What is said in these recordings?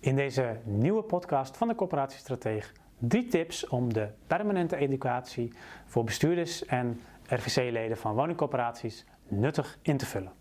In deze nieuwe podcast van de Coöperatiestrateeg 3 tips om de permanente educatie voor bestuurders en RVC-leden van woningcorporaties nuttig in te vullen.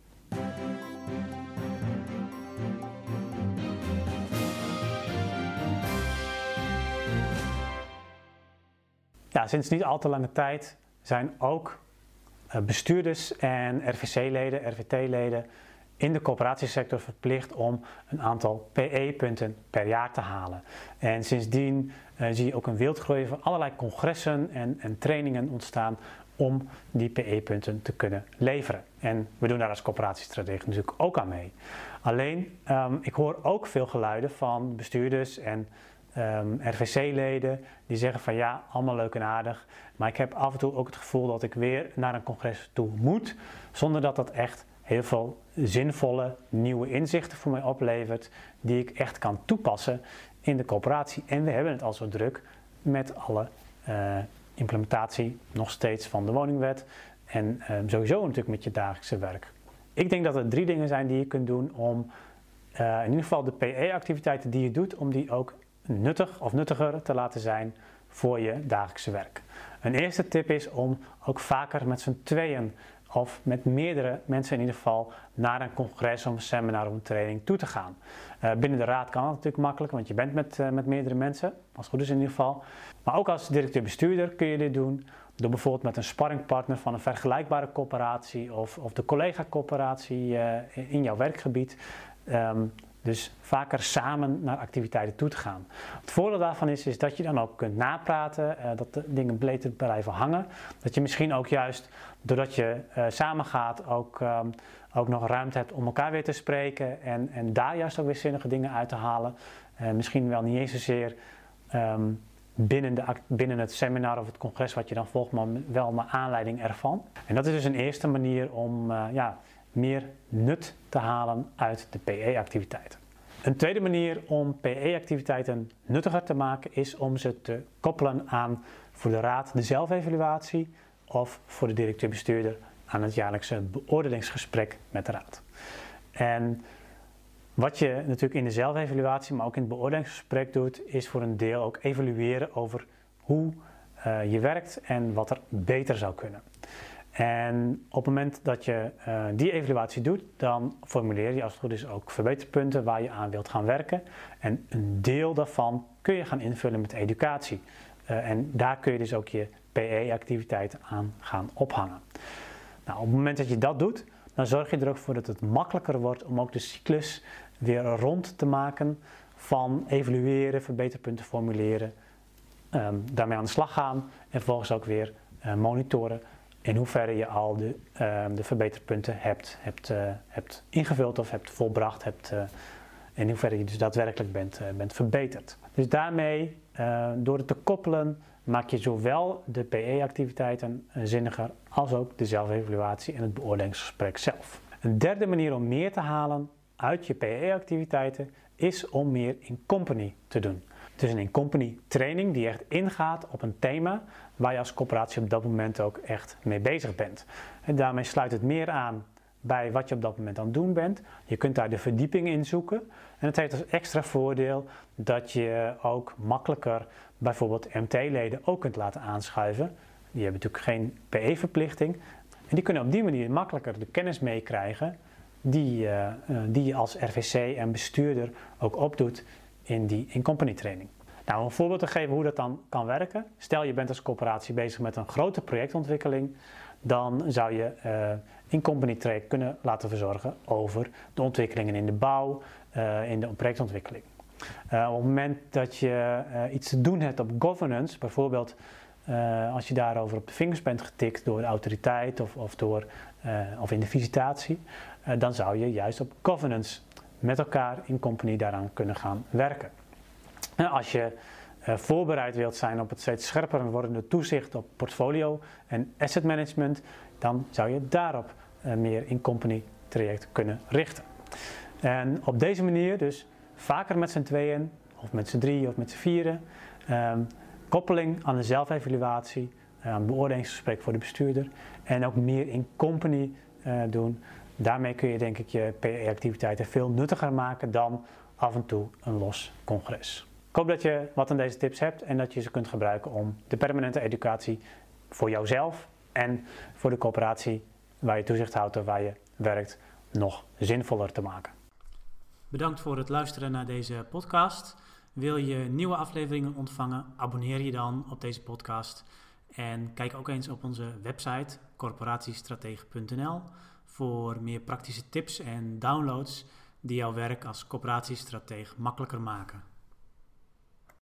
Ja, sinds niet al te lange tijd zijn ook bestuurders en RVC-leden, RVT-leden in de coöperatiesector verplicht om een aantal PE-punten per jaar te halen. En sindsdien zie je ook een wildgroei van allerlei congressen en trainingen ontstaan om die PE-punten te kunnen leveren. En we doen daar als coöperatiestrategie natuurlijk ook aan mee. Alleen, ik hoor ook veel geluiden van bestuurders en RVC-leden die zeggen van ja, allemaal leuk en aardig, maar ik heb af en toe ook het gevoel dat ik weer naar een congres toe moet, zonder dat dat echt heel veel zinvolle nieuwe inzichten voor mij oplevert die ik echt kan toepassen in de coöperatie. En we hebben het al zo druk met alle implementatie nog steeds van de woningwet en sowieso natuurlijk met je dagelijkse werk. Ik denk dat er 3 dingen zijn die je kunt doen om in ieder geval de PE-activiteiten die je doet, om die ook nuttig of nuttiger te laten zijn voor je dagelijkse werk. Een eerste tip is om ook vaker met z'n tweeën of met meerdere mensen in ieder geval naar een congres of een seminar of een training toe te gaan. Binnen de raad kan dat natuurlijk makkelijk, want je bent met meerdere mensen, als het goed is in ieder geval. Maar ook als directeur-bestuurder kun je dit doen door bijvoorbeeld met een sparringpartner van een vergelijkbare coöperatie of de collega-coöperatie in jouw werkgebied. Dus vaker samen naar activiteiten toe te gaan. Het voordeel daarvan is dat je dan ook kunt napraten, dat de dingen beter blijven hangen. Dat je misschien ook juist, doordat je samen gaat, ook nog ruimte hebt om elkaar weer te spreken. En daar juist ook weer zinnige dingen uit te halen. Misschien wel niet eens zozeer binnen het seminar of het congres wat je dan volgt, maar wel naar aanleiding ervan. En dat is dus een eerste manier om meer nut te halen uit de PE-activiteiten. Een tweede manier om PE-activiteiten nuttiger te maken is om ze te koppelen aan voor de raad de zelfevaluatie of voor de directeur-bestuurder aan het jaarlijkse beoordelingsgesprek met de raad. En wat je natuurlijk in de zelfevaluatie, maar ook in het beoordelingsgesprek doet, is voor een deel ook evalueren over hoe je werkt en wat er beter zou kunnen. En op het moment dat je die evaluatie doet, dan formuleer je als het goed is ook verbeterpunten waar je aan wilt gaan werken. En een deel daarvan kun je gaan invullen met educatie. En daar kun je dus ook je PE-activiteiten aan gaan ophangen. Nou, op het moment dat je dat doet, dan zorg je er ook voor dat het makkelijker wordt om ook de cyclus weer rond te maken van evalueren, verbeterpunten formuleren, daarmee aan de slag gaan en vervolgens ook weer monitoren in hoeverre je al de verbeterpunten hebt ingevuld of hebt volbracht, in hoeverre je dus daadwerkelijk bent verbeterd. Dus daarmee, door het te koppelen, maak je zowel de PE-activiteiten zinniger als ook de zelfevaluatie en het beoordelingsgesprek zelf. Een derde manier om meer te halen uit je PE-activiteiten is om meer in company te doen. Dus een in-company training die echt ingaat op een thema waar je als coöperatie op dat moment ook echt mee bezig bent. En daarmee sluit het meer aan bij wat je op dat moment aan het doen bent. Je kunt daar de verdieping in zoeken. En het heeft als extra voordeel dat je ook makkelijker bijvoorbeeld MT-leden ook kunt laten aanschuiven. Die hebben natuurlijk geen PE-verplichting. En die kunnen op die manier makkelijker de kennis meekrijgen die je als RVC en bestuurder ook opdoet in die in-company training. Nou, om een voorbeeld te geven hoe dat dan kan werken. Stel je bent als coöperatie bezig met een grote projectontwikkeling. Dan zou je in-company traject kunnen laten verzorgen over de ontwikkelingen in de bouw, in de projectontwikkeling. Op het moment dat je iets te doen hebt op governance, bijvoorbeeld als je daarover op de vingers bent getikt door de autoriteit of in de visitatie, dan zou je juist op governance met elkaar in company daaraan kunnen gaan werken. Als je voorbereid wilt zijn op het steeds scherper wordende toezicht op portfolio en asset management, dan zou je daarop meer in company traject kunnen richten. En op deze manier dus vaker met z'n tweeën, of met z'n drieën of met z'n vieren, koppeling aan de zelfevaluatie, aan het beoordelingsgesprek voor de bestuurder en ook meer in company doen. Daarmee kun je denk ik je PE-activiteiten veel nuttiger maken dan af en toe een los congres. Ik hoop dat je wat aan deze tips hebt en dat je ze kunt gebruiken om de permanente educatie voor jouzelf en voor de coöperatie waar je toezicht houdt of waar je werkt nog zinvoller te maken. Bedankt voor het luisteren naar deze podcast. Wil je nieuwe afleveringen ontvangen? Abonneer je dan op deze podcast. En kijk ook eens op onze website corporatiestratege.nl voor meer praktische tips en downloads die jouw werk als coöperatiestratege makkelijker maken.